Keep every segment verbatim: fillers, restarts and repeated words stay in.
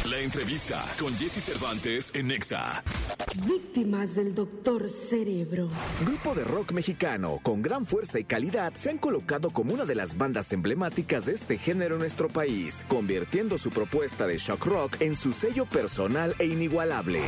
La entrevista con Jesse Cervantes en Nexa. Víctimas del doctor Cerebro. Grupo de rock mexicano con gran fuerza y calidad se han colocado como una de las bandas emblemáticas de este género en nuestro país, convirtiendo su propuesta de shock rock en su sello personal e inigualable.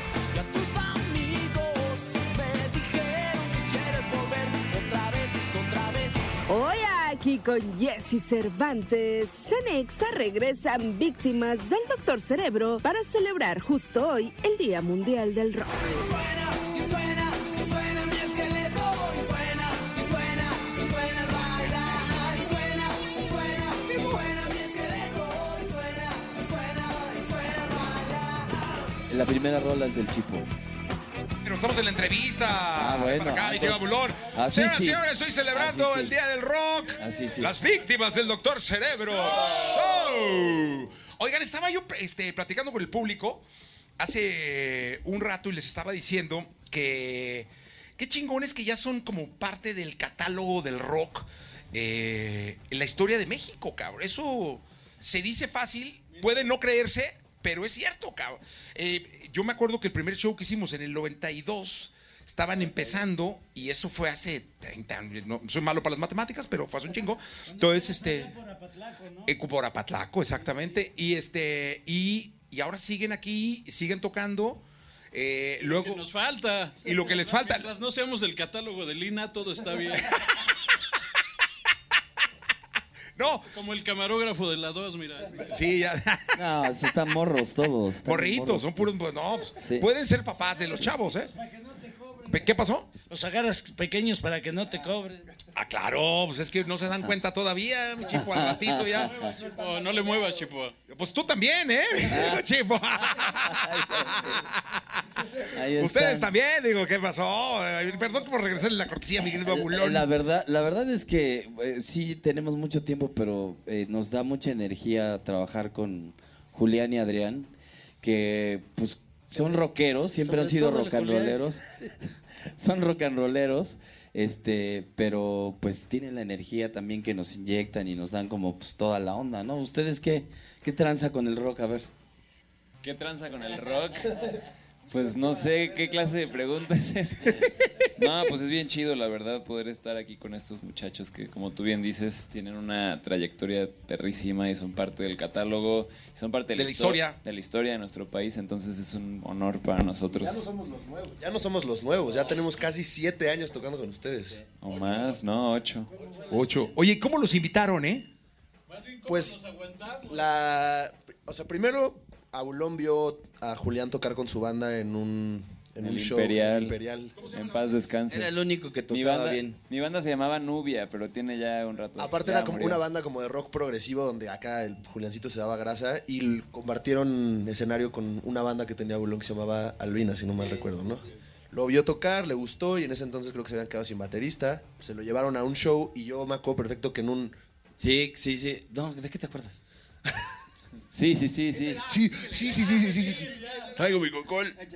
Hoy aquí con Jesse Cervantes, en Nexa regresan Víctimas del doctor Cerebro para celebrar justo hoy el Día Mundial del Rock. Y suena, y suena, y suena mi esqueleto, y suena, y suena, y suena el bailar, y suena, y suena, y suena mi esqueleto, y suena, y suena, y suena el bailar. La primera rola es del Chipo. Pero estamos en la entrevista. Ah, bueno. Para acá, mi tío Abulón. Así Señoras y sí. señores, estoy celebrando Así sí. el Día del Rock. Así sí. Las víctimas del doctor Cerebro. Show. Oigan, estaba yo este, platicando con el público hace un rato y les estaba diciendo que qué chingones que ya son como parte del catálogo del rock eh, en la historia de México, cabrón. Eso se dice fácil, puede no creerse, pero es cierto, cabrón. Eh, yo me acuerdo que el primer show que hicimos en el noventa y dos estaban empezando y eso fue hace treinta años. No, soy malo para las matemáticas, pero fue hace un chingo. Entonces, este... Eh, por Apatlaco, exactamente. Y este y, y ahora siguen aquí, siguen tocando. Eh, luego, Lo que nos falta. Y lo que les falta. Mientras no seamos del catálogo de Lina, todo está bien. No. Como el camarógrafo de la dos, mira. Sí, ya. No, están morros todos. están Morritos, morros. son puros. No, pues, Sí. pueden ser papás de los chavos, ¿eh? ¿Qué pasó? Los agarras pequeños para que no te cobren. Ah, claro, pues es que no se dan cuenta todavía, mi Chipo, al ratito ya. Chipo, no le muevas, Chipo. Pues tú también, ¿eh? Chipo. Ahí está. Ustedes también, digo, ¿qué pasó? Eh, Perdón por regresar en la cortesía, mi querido Abulón. La verdad, la verdad es que eh, sí tenemos mucho tiempo, pero eh, nos da mucha energía trabajar con Julián y Adrián, que pues son rockeros, siempre Sobre han sido todo el rock and rolleros. Son rock and rolleros, este, pero pues tienen la energía también que nos inyectan y nos dan como pues toda la onda, ¿no? ¿Ustedes qué, qué tranza con el rock? A ver. ¿Qué tranza con el rock? Pues no sé qué clase de pregunta es esa. No, pues es bien chido, la verdad, poder estar aquí con estos muchachos que, como tú bien dices, tienen una trayectoria perrísima y son parte del catálogo, y son parte de, De la historia. De la historia de nuestro país, entonces es un honor para nosotros. Ya no somos los nuevos, ya no somos los nuevos, ya tenemos casi siete años tocando con ustedes. O más, no, ocho. Ocho. Oye, ¿cómo los invitaron, eh? Pues, la, o sea, primero Abulón vio a Julián tocar con su banda en un, en El un show Imperial. Imperial. En paz descanse. Era el único que Mi tocaba banda, bien. mi banda se llamaba Nubia, pero tiene ya un rato. Aparte ya era como murió. una banda como de rock progresivo donde acá el Juliancito se daba grasa y l- compartieron escenario con una banda que tenía Abulón que se llamaba Albina, si no mal recuerdo, ¿no? Lo vio tocar, le gustó y en ese entonces creo que se habían quedado sin baterista. Se lo llevaron a un show y yo me acuerdo perfecto que en un... Sí, sí, sí. No, ¿de qué te acuerdas? Sí, sí, sí, sí. Sí, sí, sí, sí, sí, sí, sí, sí. Traigo mi cocol. Le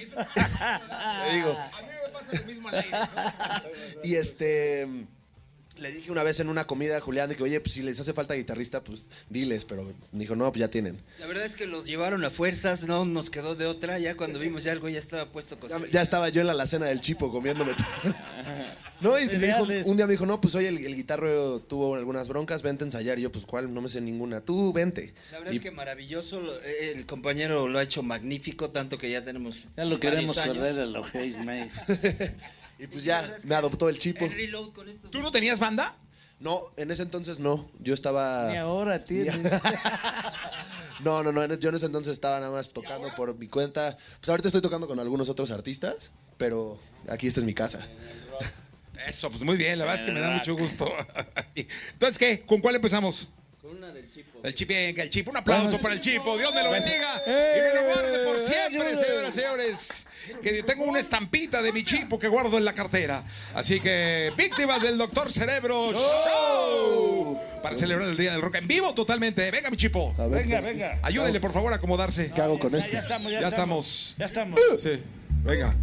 digo. A mí me pasa lo mismo al aire. Y este... Le dije una vez en una comida a Julián de que, oye, pues si les hace falta guitarrista, pues diles, pero me dijo, no, pues ya tienen. La verdad es que los llevaron a fuerzas, no nos quedó de otra, ya cuando vimos ya algo ya estaba puesto con... Ya, ya estaba yo en la alacena del Chipo comiéndome todo. No, y me dijo, un día me dijo, no, pues oye, el, el guitarro tuvo algunas broncas, vente a ensayar. Y yo, pues, ¿cuál? No me sé ninguna. Tú, vente. La verdad Y- es que maravilloso, lo- el compañero lo ha hecho magnífico, tanto que ya tenemos... Ya lo varios queremos años. correr a los Hayes Maze. Y pues ya, me adoptó el Chipo. El reload con esto. ¿Tú no tenías banda? No, en ese entonces no. Yo estaba... Ni ahora tiene. No, no, no. Yo en ese entonces estaba nada más tocando por mi cuenta. Pues ahorita estoy tocando con algunos otros artistas, pero aquí esta es mi casa. Eso, pues muy bien, la verdad es que me da mucho gusto. Entonces, ¿qué? ¿Con cuál empezamos? Con una del Chipo. El Chipo, venga, el Chipo, un aplauso para el Chipo, Dios me lo bendiga y me lo guarde por siempre, señoras y señores. Que tengo una estampita de mi Chipo que guardo en la cartera. Así que, víctimas del doctor Cerebro Show, para celebrar el Día del Rock en vivo totalmente. Venga, mi Chipo. A ver, Venga, ¿qué- venga. Ayúdenle, por favor, a acomodarse. ¿Qué hago con Ya, esto? ya estamos, ya, Ya estamos. estamos. Ya estamos. Sí, venga.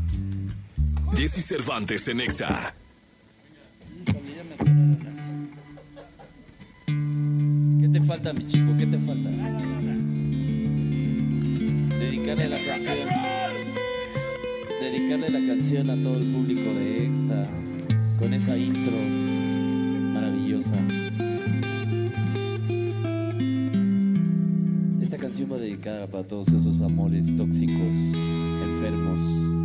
Jesse Cervantes en Nexa. Híjole, ya me atoraron. ¿Qué te falta, mi Chipo? ¿Qué te falta? Nada, nada. Dedicarle la canción. Dedicarle la canción a todo el público de EXA. Con esa intro maravillosa. Esta canción va dedicada para todos esos amores tóxicos, enfermos.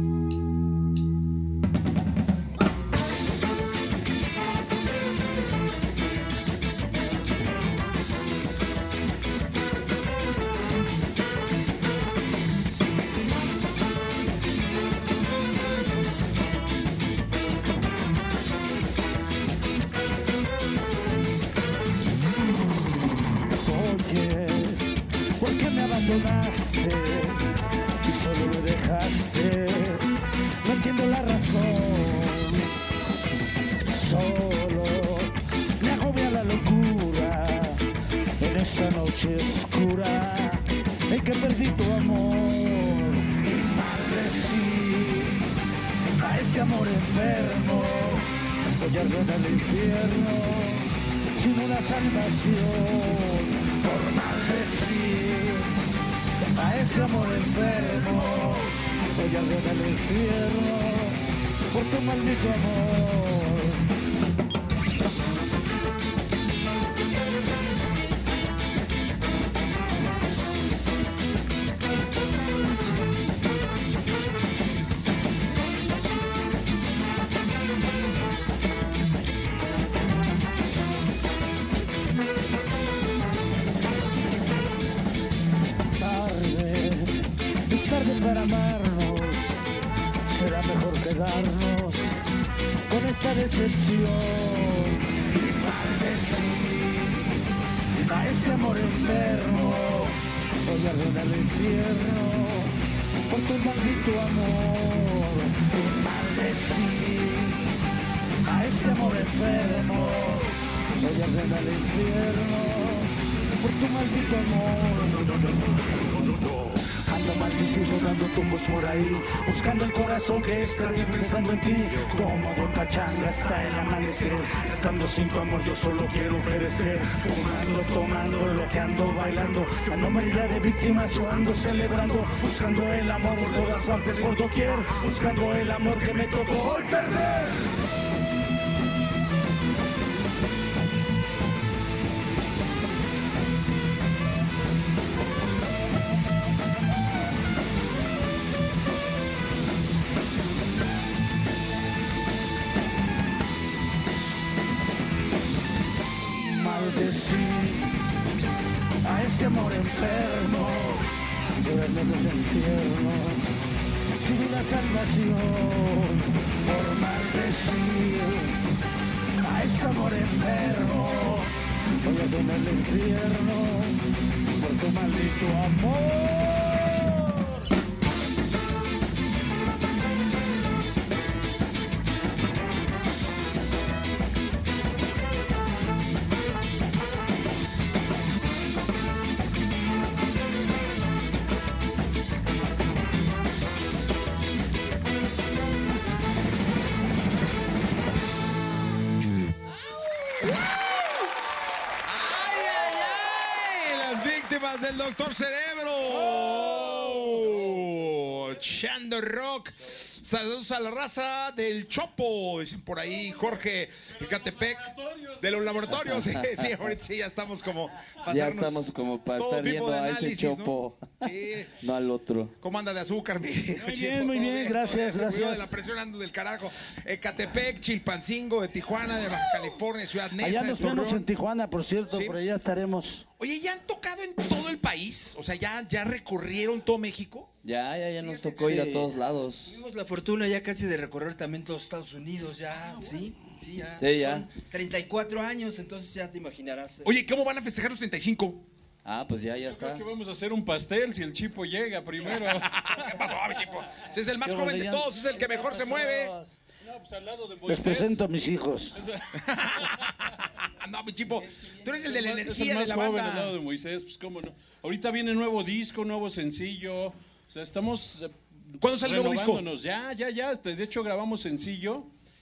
¿Por qué me abandonaste y solo me dejaste? No entiendo la razón. Solo me agobia la locura en esta noche oscura en que perdí tu amor. Y maldecí a este amor enfermo, voy a arder al infierno sin una salvación. Por maldecir a ese amor enfermo, voy a arder al infierno por tu maldito amor. Para amarnos, será mejor quedarnos con esta decepción. Y maldecir a este amor enfermo, voy a arder al infierno por tu maldito amor. Y maldecir a este amor enfermo, voy a arder al infierno por tu maldito amor. Ando maldiciendo, dando tumbos por ahí, buscando el corazón que extrañé pensando en ti. Como buen pachanga hasta el amanecer, estando sin tu amor yo solo quiero perecer. Fumando, tomando, lo que ando bailando, yo no me iré de víctima, yo ando celebrando. Buscando el amor por todas partes, por doquier, buscando el amor que me tocó hoy perder. A este amor enfermo, llevarme desde el infierno, sin una salvación. Por maldecir a este amor enfermo, voy a tener el infierno por tu maldito amor. Del Doctor Cerebro, oh, Chando Rock. Saludos a la raza del Chopo, dicen por ahí Jorge Ecatepec, de los laboratorios. Sí, sí, ahorita sí, ya estamos como ya estamos como para estar viendo a ese Chopo, ¿no? Sí. No al otro. ¿Cómo anda de azúcar, mi Muy Chipo? bien, muy bien, bien, gracias, gracias. De la presión ando del carajo. Ecatepec, Chilpancingo, de Tijuana, de Baja California, Ciudad Neza. Allá nos vemos en Tijuana, por cierto, ¿sí? Por allá estaremos. Oye, ¿ya han tocado en todo el país? O sea, ¿ya, ya recorrieron todo México? Ya, ya, ya nos tocó sí. ir a todos lados. Tuvimos la fortuna ya casi de recorrer también todos Estados Unidos, ya, sí, sí, ya. Sí, ya. Son treinta y cuatro años, entonces ya te imaginarás. Oye, ¿cómo van a festejar los treinta y cinco? Ah, pues ya, ya está. Creo que vamos a hacer un pastel si el Chipo llega primero. ¿Qué pasó, mi Chipo? Ese es el más joven de todos, es el que mejor se mueve. No, pues al lado de Moisés. Les presento a mis hijos. No, mi Chipo, tú eres el de la es energía el más de la joven banda. al lado de Moisés, pues cómo no. Ahorita viene nuevo disco, nuevo sencillo. O sea, estamos ¿Cuándo sale el nuevo disco? Ya, ya, ya. De hecho, grabamos sencillo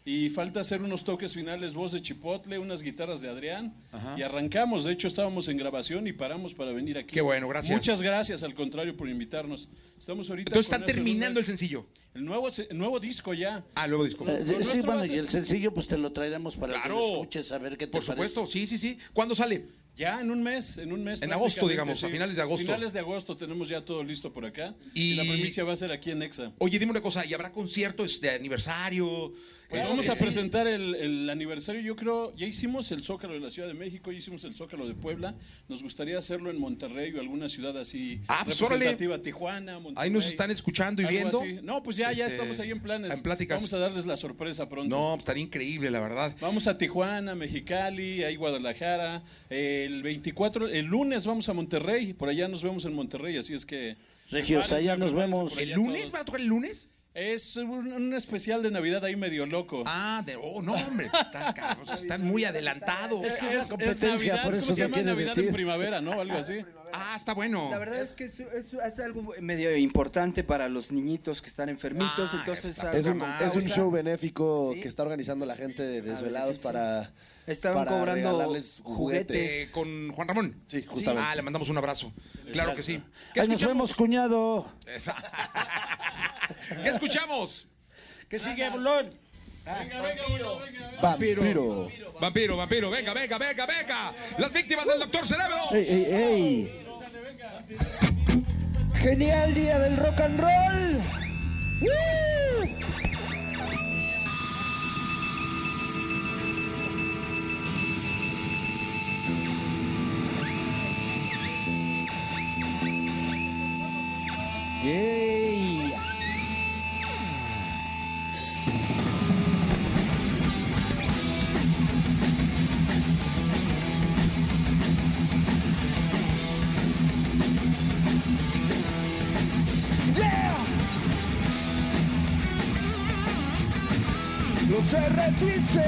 Y falta hacer unos toques finales, voz de Chipotle, unas guitarras de Adrián. Ajá. Y arrancamos. De hecho, estábamos en grabación y paramos para venir aquí. Qué bueno, gracias. Muchas gracias, al contrario, por invitarnos. Estamos ahorita. Entonces con están las terminando el alumnas. sencillo. El nuevo, se- el nuevo disco ya. Ah, nuevo disco. Eh, Lo sí, nuestro va bueno, a y ser- el sencillo pues te lo traeremos para que Claro. lo escuches, a ver qué te Por parece. supuesto, sí, sí, sí. ¿Cuándo sale? Ya en un mes, en un mes. En agosto, prácticamente, digamos, a finales de agosto. Finales de agosto tenemos ya todo listo por acá. Y- Y, la primicia va a ser aquí en Exa. Oye, dime una cosa, ¿y habrá conciertos de aniversario? Pues Este, vamos a sí. presentar el, el aniversario, yo creo, ya hicimos el Zócalo de la Ciudad de México, ya hicimos el Zócalo de Puebla, nos gustaría hacerlo en Monterrey o alguna ciudad así Ah, pues, órale. representativa, Tijuana, Monterrey. Ahí nos están escuchando y algo viendo. así. No, pues ya, ya Este, estamos ahí en planes. en pláticas. Vamos a darles la sorpresa pronto. No, estaría increíble, la verdad. Vamos a Tijuana, Mexicali, ahí Guadalajara. El veinticuatro, el lunes vamos a Monterrey, por allá nos vemos en Monterrey, así es que... Regios, prepárense, allá nos prepárense vemos. por allá ¿El lunes? todos. ¿Van a tocar el lunes? Es un, un especial de Navidad ahí medio loco. Ah, de, oh, no, hombre, están, cabrón, están muy adelantados. Es que es Es, una es competencia, Navidad, por ¿cómo eso se no llama? quiere Navidad decir. en primavera, ¿no? Algo así. Ah, está bueno. La verdad es que es, es- es algo medio importante para los niñitos que están enfermitos, Ah, entonces está algo Es un, Mamá, es un causa- show benéfico Sí. que está organizando la gente de Desvelados beneficio. para, Estaban para cobrando regalarles juguetes. Eh, con Juan Ramón. Sí, justamente. Ah, le mandamos un abrazo. Claro que sí. ¿Qué Ahí nos escuchamos? vemos, cuñado. Esa- ¿Qué escuchamos? ¿Qué sigue, Bolón? Venga, venga, uno, venga. Vampiro. Vampiro, vampiro, venga, venga, venga, venga. Las víctimas del Doctor Cerebro. ¡Ey, ey, ey! Genial día del rock and roll. ¡Ey! No se resiste.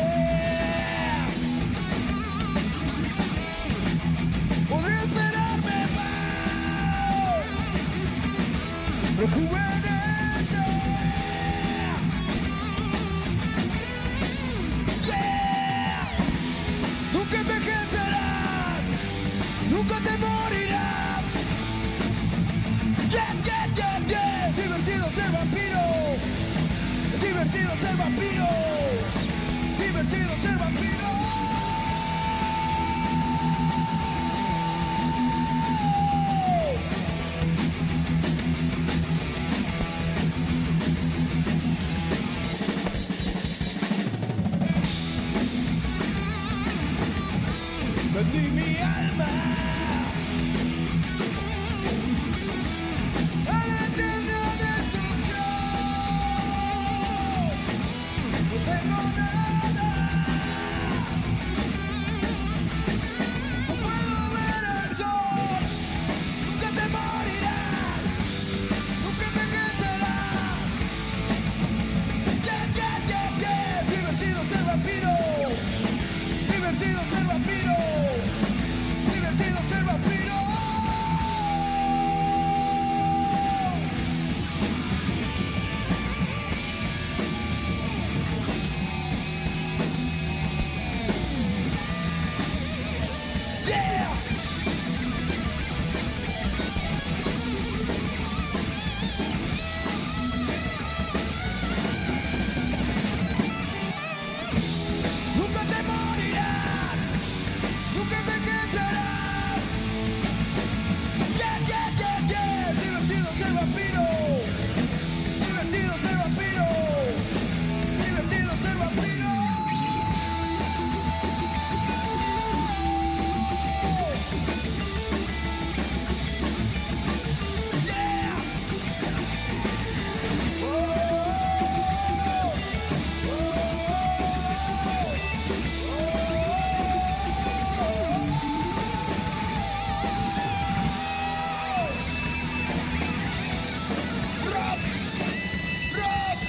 Podría esperarme más. Rejuvenece. Yeah. Nunca envejecerás. Nunca te morirás. Yeah, yeah, yeah, yeah. Divertido ser vampiro. Divertido ser vampiro. Divertido ser vampiro. Vendí mi alma a la eterna destrucción. No tengo nada. No puedo ver el sol. Nunca te morirás. Nunca envejecerás. Yeah, yeah, yeah, yeah. Divertido ser vampiro. Divertido ser vampiro. Divertido ser vampiro. Yeah. Nunca te morirás. Nunca envejecerás. Yeah, yeah, yeah, yeah. Divertido ser vampiro. Divertido ser vampiro. Divertido ser vampiro. Yeah. Rock. Rock.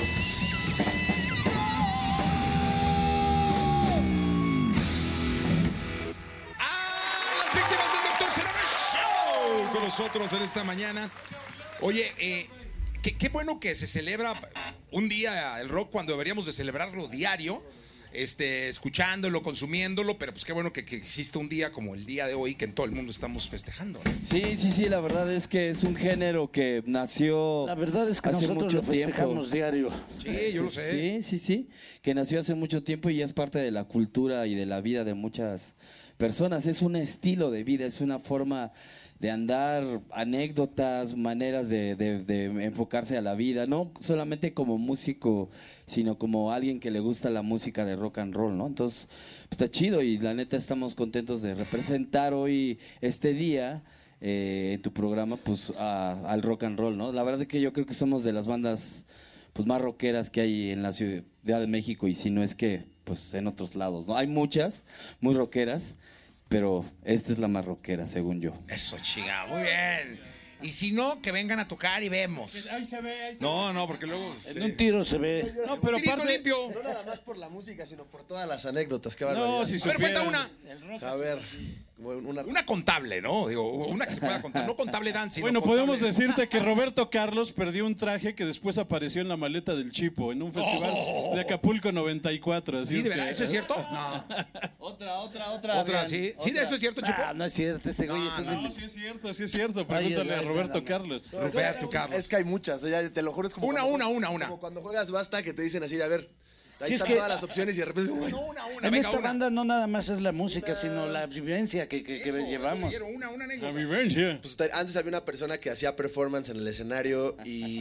¡Ah! Las víctimas del Doctor Cerebro Show con nosotros en esta mañana. Oye, eh, qué, qué bueno que se celebra un día el rock cuando deberíamos de celebrarlo diario, este, escuchándolo, consumiéndolo, pero pues qué bueno que, que existe un día como el día de hoy que en todo el mundo estamos festejando, ¿no? Sí, sí, sí, la verdad es que es un género que nació La verdad es que hace nosotros mucho lo festejamos tiempo. diario. Sí, yo lo sé. Sí, sí, sí, que nació hace mucho tiempo y ya es parte de la cultura y de la vida de muchas personas. Es un estilo de vida, es una forma de andar, anécdotas, maneras de, de, de enfocarse a la vida, no solamente como músico, sino como alguien que le gusta la música de rock and roll, ¿no? Entonces, pues, está chido y la neta estamos contentos de representar hoy este día eh, en tu programa, pues, a- al rock and roll, ¿no? La verdad es que yo creo que somos de las bandas pues más rockeras que hay en la Ciudad de México y si no es que, pues, en otros lados, ¿no? Hay muchas muy rockeras, pero esta es la más rockera, según yo. Eso, chica, muy bien. Y si no, que vengan a tocar y vemos. Ahí se ve, ahí se No, no, porque luego... En sí. un tiro se ve. No, pero Tirito aparte... limpio. No nada más por la música, sino por todas las anécdotas. Qué No, barbaridad. si A ver, cuenta supieran. una. A ver, una... Una contable, ¿no? Digo, una que se pueda contar. No contable dance, sino Bueno, contable. podemos decirte que Roberto Carlos perdió un traje que después apareció en la maleta del Chipo, en un festival Oh. de Acapulco noventa y cuatro. Así ¿Sí, es de verdad? que- ¿Eso es cierto? No. Otra, otra, otra. Otra, sí. ¿Sí de eso es cierto, Chico? Ah, no es cierto, ese güey es No, un- No, sí es cierto, sí es cierto. Pregúntale Ay, a ay, Roberto nada más. Carlos. Roberto Carlos. Es que hay muchas, o sea, te lo juro, es como Una, cuando una, juegas- una, una. Como cuando juegas basta que te dicen así, de, a ver, ahí Sí, es están que- todas las opciones y de repente, uy, Una, una, una. En Venga, esta una. banda no nada más es la música, sino la vivencia que, que, que Eso, llevamos. quiero una, una La anécdota. vivencia. pues te- antes había una persona que hacía performance en el escenario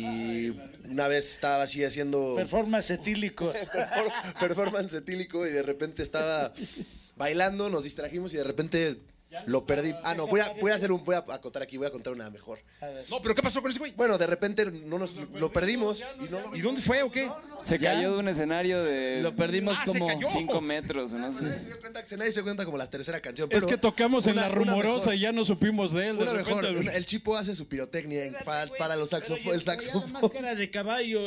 y una vez estaba así haciendo Performance etílicos. perfor- performance etílico y de repente estaba bailando, nos distrajimos y de repente lo perdí. Ah, no, voy a, voy a hacer un, voy a acotar aquí, voy a contar una mejor. No, pero ¿qué pasó con ese güey? Bueno, de repente no nos lo perdimos y no, ¿Y dónde fue o qué? Se ¿Ya? cayó de un escenario de Lo perdimos Ah, se como cayó. cinco metros, no sé. nadie se dio cuenta, que- nadie se dio cuenta como la tercera canción. Es pero que tocamos en una- la una rumorosa mejor. y ya no supimos de él. De Una mejor, repente, una- el Chipo hace su pirotecnia en- para, para los saxofo- el Traía la saxofón. máscara de caballo.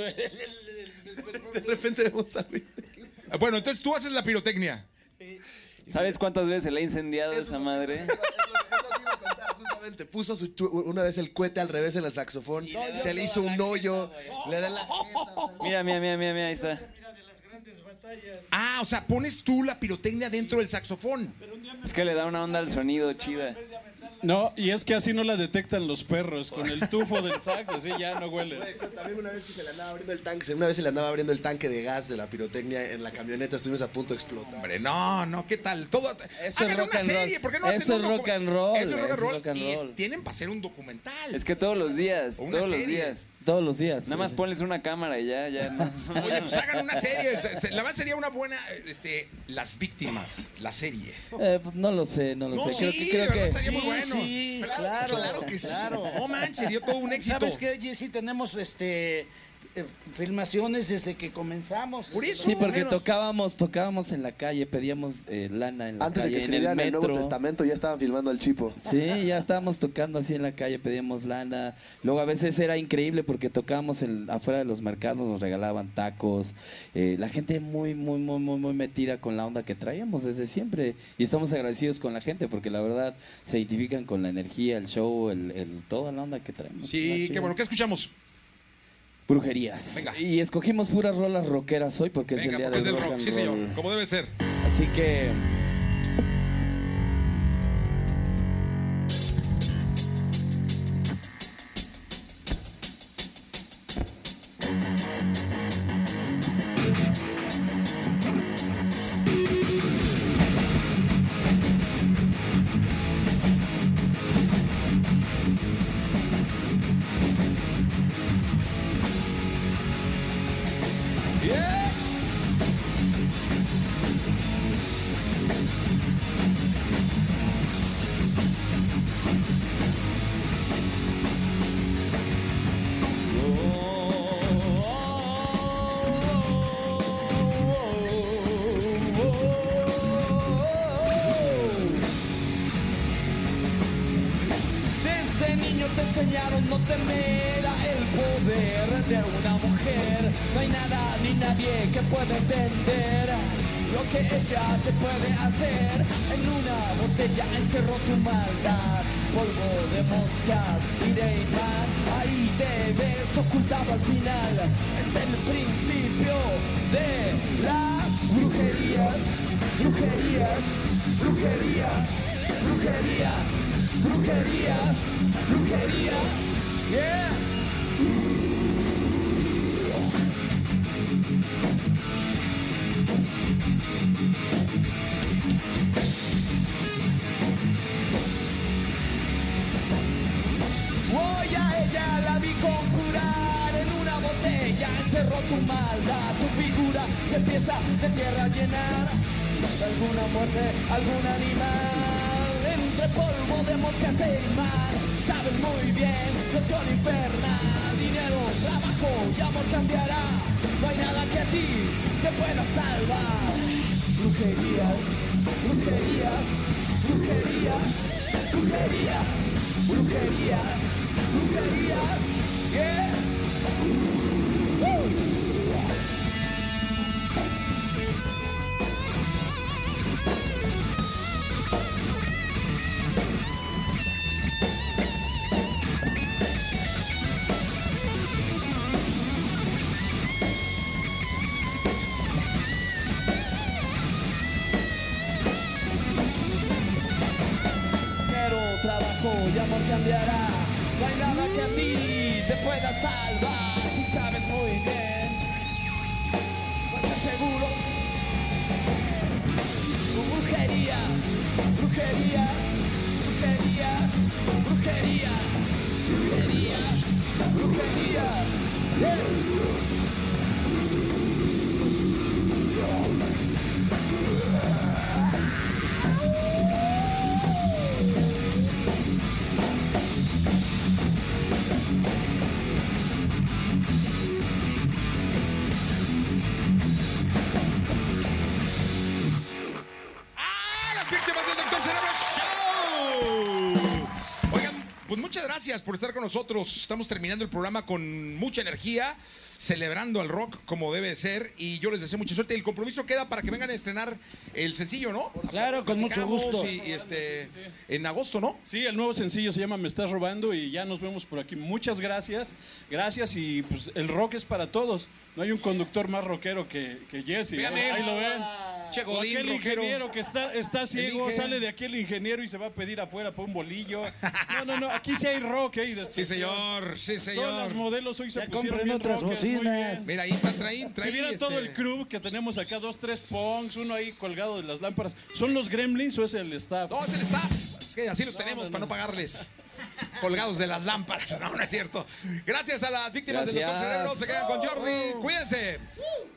De repente vemos a Ah, Bueno, entonces tú haces la pirotecnia. ¿Sabes cuántas veces se le ha incendiado Eso esa es lo- madre? es lo- es lo que iba a contar, justamente. Puso su chu- una vez el cohete al revés en el saxofón, se le hizo un hoyo, le da la Mira, mira, mira, mira, mira, ahí está. Ah, o sea, pones tú la pirotecnia dentro del saxofón. Es que le da una onda al sonido chida. No, y es que así no la detectan los perros. Con el tufo del sax, así ya no huele. También una vez que se le andaba abriendo el tanque, una vez se le andaba abriendo el tanque de gas de la pirotecnia en la camioneta, estuvimos a punto de explotar. Hombre, no, no, ¿qué tal? Todo. Eso es Hagan rock una and roll. serie, ¿por qué no Eso hacen un es rock docu- and roll, Eso es rock and eso es roll. rock and Y es- roll. tienen para hacer un documental. Es que todos los días, Una todos los serie. días. Todos los días. Nada más ponles una cámara y ya, ya. no. Oye, pues hagan una serie. Se- se- La verdad sería una buena. eh, Este, Las Víctimas, la serie. Eh, pues no lo sé, no lo No, sé. Creo sí, que, de creo verdad que estaría muy Sí, bueno. sí, claro, Claro que sí. claro. No manches, sería todo un éxito. ¿Sabes qué, Jessy? Tenemos este eh, filmaciones desde que comenzamos. Por desde eso. los Sí, porque primeros. tocábamos, tocábamos en la calle, pedíamos eh, lana en la Antes de que calle, en el escribieran el Nuevo metro. Testamento ya estaban filmando al Chipo. Sí, ya estábamos tocando así en la calle, pedíamos lana. Luego a veces era increíble porque tocábamos en- afuera de los mercados, nos regalaban tacos. Eh, la gente muy, muy, muy, muy, muy metida con la onda que traíamos desde siempre. Y estamos agradecidos con la gente porque la verdad se identifican con la energía, el show, el, el- toda la onda que traemos. Sí, Está qué chido. bueno. ¿Qué escuchamos? Brujerías. Venga. Y escogimos puras rolas rockeras hoy porque Venga, es el día porque es del del rock rock. and Sí, señor. roll. Como debe ser. Así que Desde niño te enseñaron no temer a el poder de una mujer. No hay nada ni nadie que pueda entender lo que ella te puede hacer. En una botella encerró tu maldad, polvo de moscas y de imán. Ahí te ves ocultado al final. Es el principio de las brujerías, brujerías, brujerías, brujerías, brujerías, brujerías, yeah. Voy a ella, la vi conjurar en una botella, encerró tu maldad, tu figura se empieza de tierra a llenar de alguna muerte, algún animal, entre polvo de moscas e mal, sabes muy bien, presión infernal, dinero, trabajo y amor cambiará, no hay nada que a ti te pueda salvar. Brujerías, brujerías, brujerías, brujerías, brujerías, brujerías, yeah. Woo. Y amor cambiará, no hay nada que a ti te pueda salvar, si sabes muy bien, pues te aseguro, brujerías, brujerías, brujerías, brujerías, brujerías, brujerías, yeah. Muchas gracias por estar con nosotros. Estamos terminando el programa con mucha energía, celebrando al rock como debe ser, y yo les deseo mucha suerte. El compromiso queda para que vengan a estrenar el sencillo, ¿no? Claro, con mucho gusto. Y, y este, en agosto, ¿no? Sí, el nuevo sencillo se llama Me Estás Robando y ya nos vemos por aquí. Muchas gracias. Gracias y pues el rock es para todos. No hay un conductor más rockero que, que Jesse. Véame. Ahí lo ven. Che Godín, aquel rockero. ingeniero que está, está ciego, Inge. sale de aquí el ingeniero y se va a pedir afuera por un bolillo. No, no, no, aquí sí hay rock, ¿eh? Y de Sí, señor, sí, señor. Todas las modelos hoy se Ya pusieron compren bien otras rockers, muy bocinas. bien. Mira, ahí está, traen, traen. Si vieran todo el crew que tenemos acá, dos, tres punks, uno ahí colgado de las lámparas, ¿son los gremlins o es el staff? No, es el staff. Es que así los No, tenemos no, para no. no pagarles. Colgados de las lámparas. No, no es cierto. Gracias a las víctimas del doctor Gracias. Cerebro. Se quedan con Jordi. Cuídense.